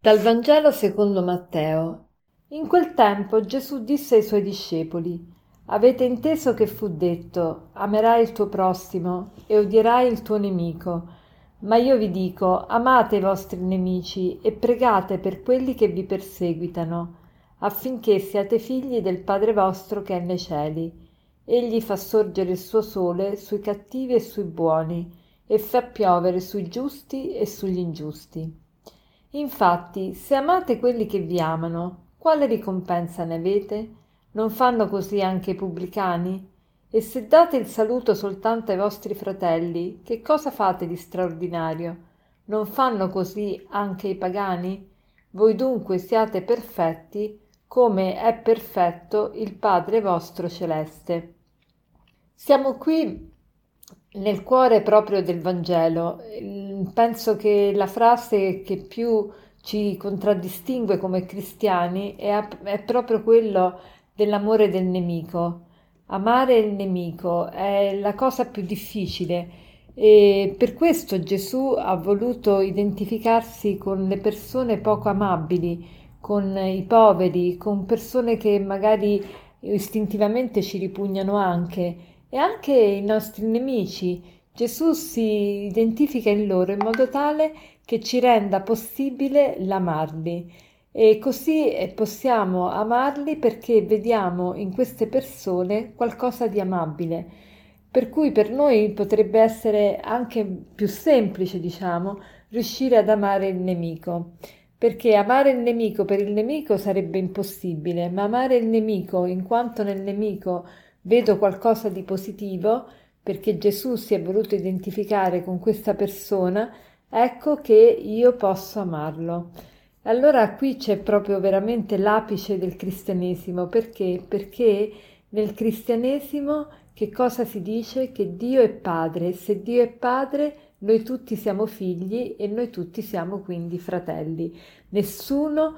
Dal Vangelo secondo Matteo. In quel tempo Gesù disse ai suoi discepoli: Avete inteso che fu detto: amerai il tuo prossimo e odierai il tuo nemico. Ma io vi dico: amate i vostri nemici e pregate per quelli che vi perseguitano, affinché siate figli del Padre vostro che è nei cieli. Egli fa sorgere il suo sole sui cattivi e sui buoni, e fa piovere sui giusti e sugli ingiusti. Infatti, se amate quelli che vi amano, quale ricompensa ne avete? Non fanno così anche i pubblicani? E se date il saluto soltanto ai vostri fratelli, che cosa fate di straordinario? Non fanno così anche i pagani? Voi dunque siate perfetti, come è perfetto il Padre vostro celeste. Siamo qui nel cuore proprio del Vangelo. Penso che la frase che più ci contraddistingue come cristiani è proprio quello dell'amore del nemico. Amare il nemico è la cosa più difficile e per questo Gesù ha voluto identificarsi con le persone poco amabili, con i poveri, con persone che magari istintivamente ci ripugnano anche e anche i nostri nemici. Gesù si identifica in loro in modo tale che ci renda possibile l'amarli e così possiamo amarli perché vediamo in queste persone qualcosa di amabile. Per cui per noi potrebbe essere anche più semplice, diciamo, riuscire ad amare il nemico. Perché amare il nemico per il nemico sarebbe impossibile, ma amare il nemico in quanto nel nemico vedo qualcosa di positivo, perché Gesù si è voluto identificare con questa persona, ecco che io posso amarlo. Allora qui c'è proprio veramente l'apice del cristianesimo, perché? Perché nel cristianesimo che cosa si dice? Che Dio è Padre, se Dio è Padre noi tutti siamo figli e noi tutti siamo quindi fratelli. Nessuno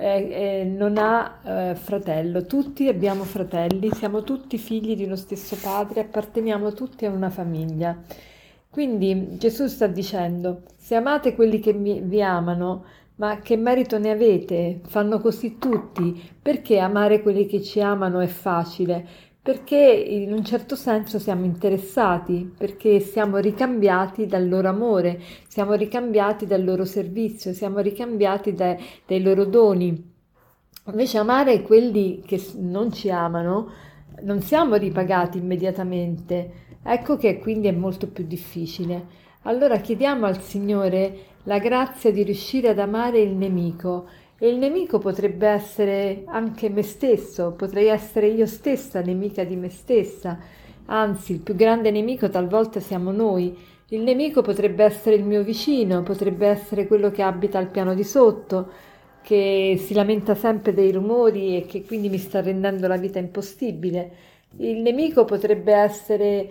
non ha fratello, tutti abbiamo fratelli, siamo tutti figli di uno stesso padre, apparteniamo tutti a una famiglia. Quindi Gesù sta dicendo, se amate quelli che vi amano, ma che merito ne avete? Fanno così tutti. Perché amare quelli che ci amano è facile? Perché in un certo senso siamo interessati, perché siamo ricambiati dal loro amore, siamo ricambiati dal loro servizio, siamo ricambiati dai loro doni. Invece amare quelli che non ci amano, non siamo ripagati immediatamente. Ecco che quindi è molto più difficile. Allora chiediamo al Signore la grazia di riuscire ad amare il nemico. E il nemico potrebbe essere anche me stesso, potrei essere io stessa nemica di me stessa. Anzi, il più grande nemico talvolta siamo noi. Il nemico potrebbe essere il mio vicino, potrebbe essere quello che abita al piano di sotto, che si lamenta sempre dei rumori e che quindi mi sta rendendo la vita impossibile. Il nemico potrebbe essere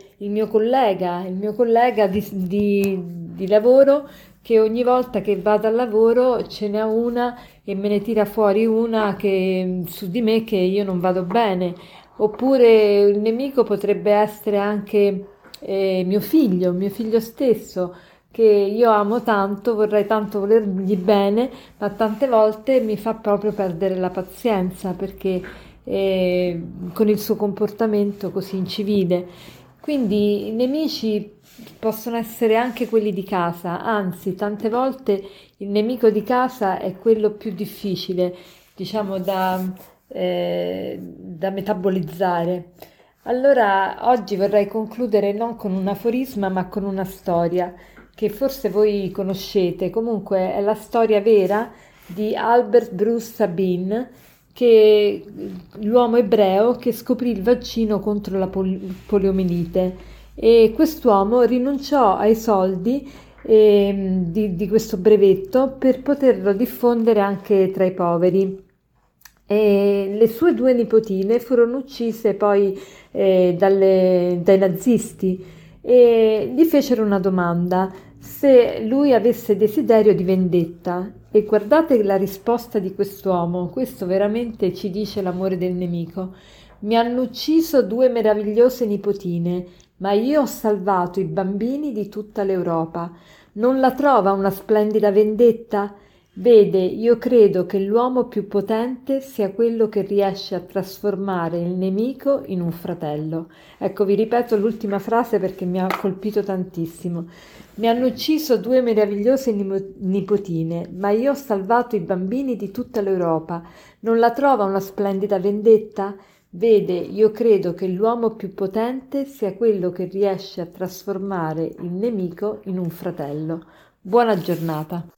il mio collega di lavoro che ogni volta che vado al lavoro ce n'è una e me ne tira fuori una che, su di me che io non vado bene. Oppure il nemico potrebbe essere anche mio figlio stesso, che io amo tanto, vorrei tanto volergli bene, ma tante volte mi fa proprio perdere la pazienza perché con il suo comportamento così incivile. Quindi i nemici possono essere anche quelli di casa, anzi, tante volte il nemico di casa è quello più difficile, diciamo, da metabolizzare. Allora, oggi vorrei concludere non con un aforisma, ma con una storia che forse voi conoscete. Comunque è la storia vera di Albert Bruce Sabin, che l'uomo ebreo che scoprì il vaccino contro la poliomielite e quest'uomo rinunciò ai soldi di questo brevetto per poterlo diffondere anche tra i poveri. E le sue due nipotine furono uccise poi dai nazisti e gli fecero una domanda se lui avesse desiderio di vendetta. E guardate la risposta di quest'uomo, questo veramente ci dice l'amore del nemico. Mi hanno ucciso due meravigliose nipotine, ma io ho salvato i bambini di tutta l'Europa. Non la trova una splendida vendetta? Vede, io credo che l'uomo più potente sia quello che riesce a trasformare il nemico in un fratello. Ecco, vi ripeto l'ultima frase perché mi ha colpito tantissimo. Mi hanno ucciso due meravigliose nipotine, ma io ho salvato i bambini di tutta l'Europa. Non la trova una splendida vendetta? Vede, io credo che l'uomo più potente sia quello che riesce a trasformare il nemico in un fratello. Buona giornata.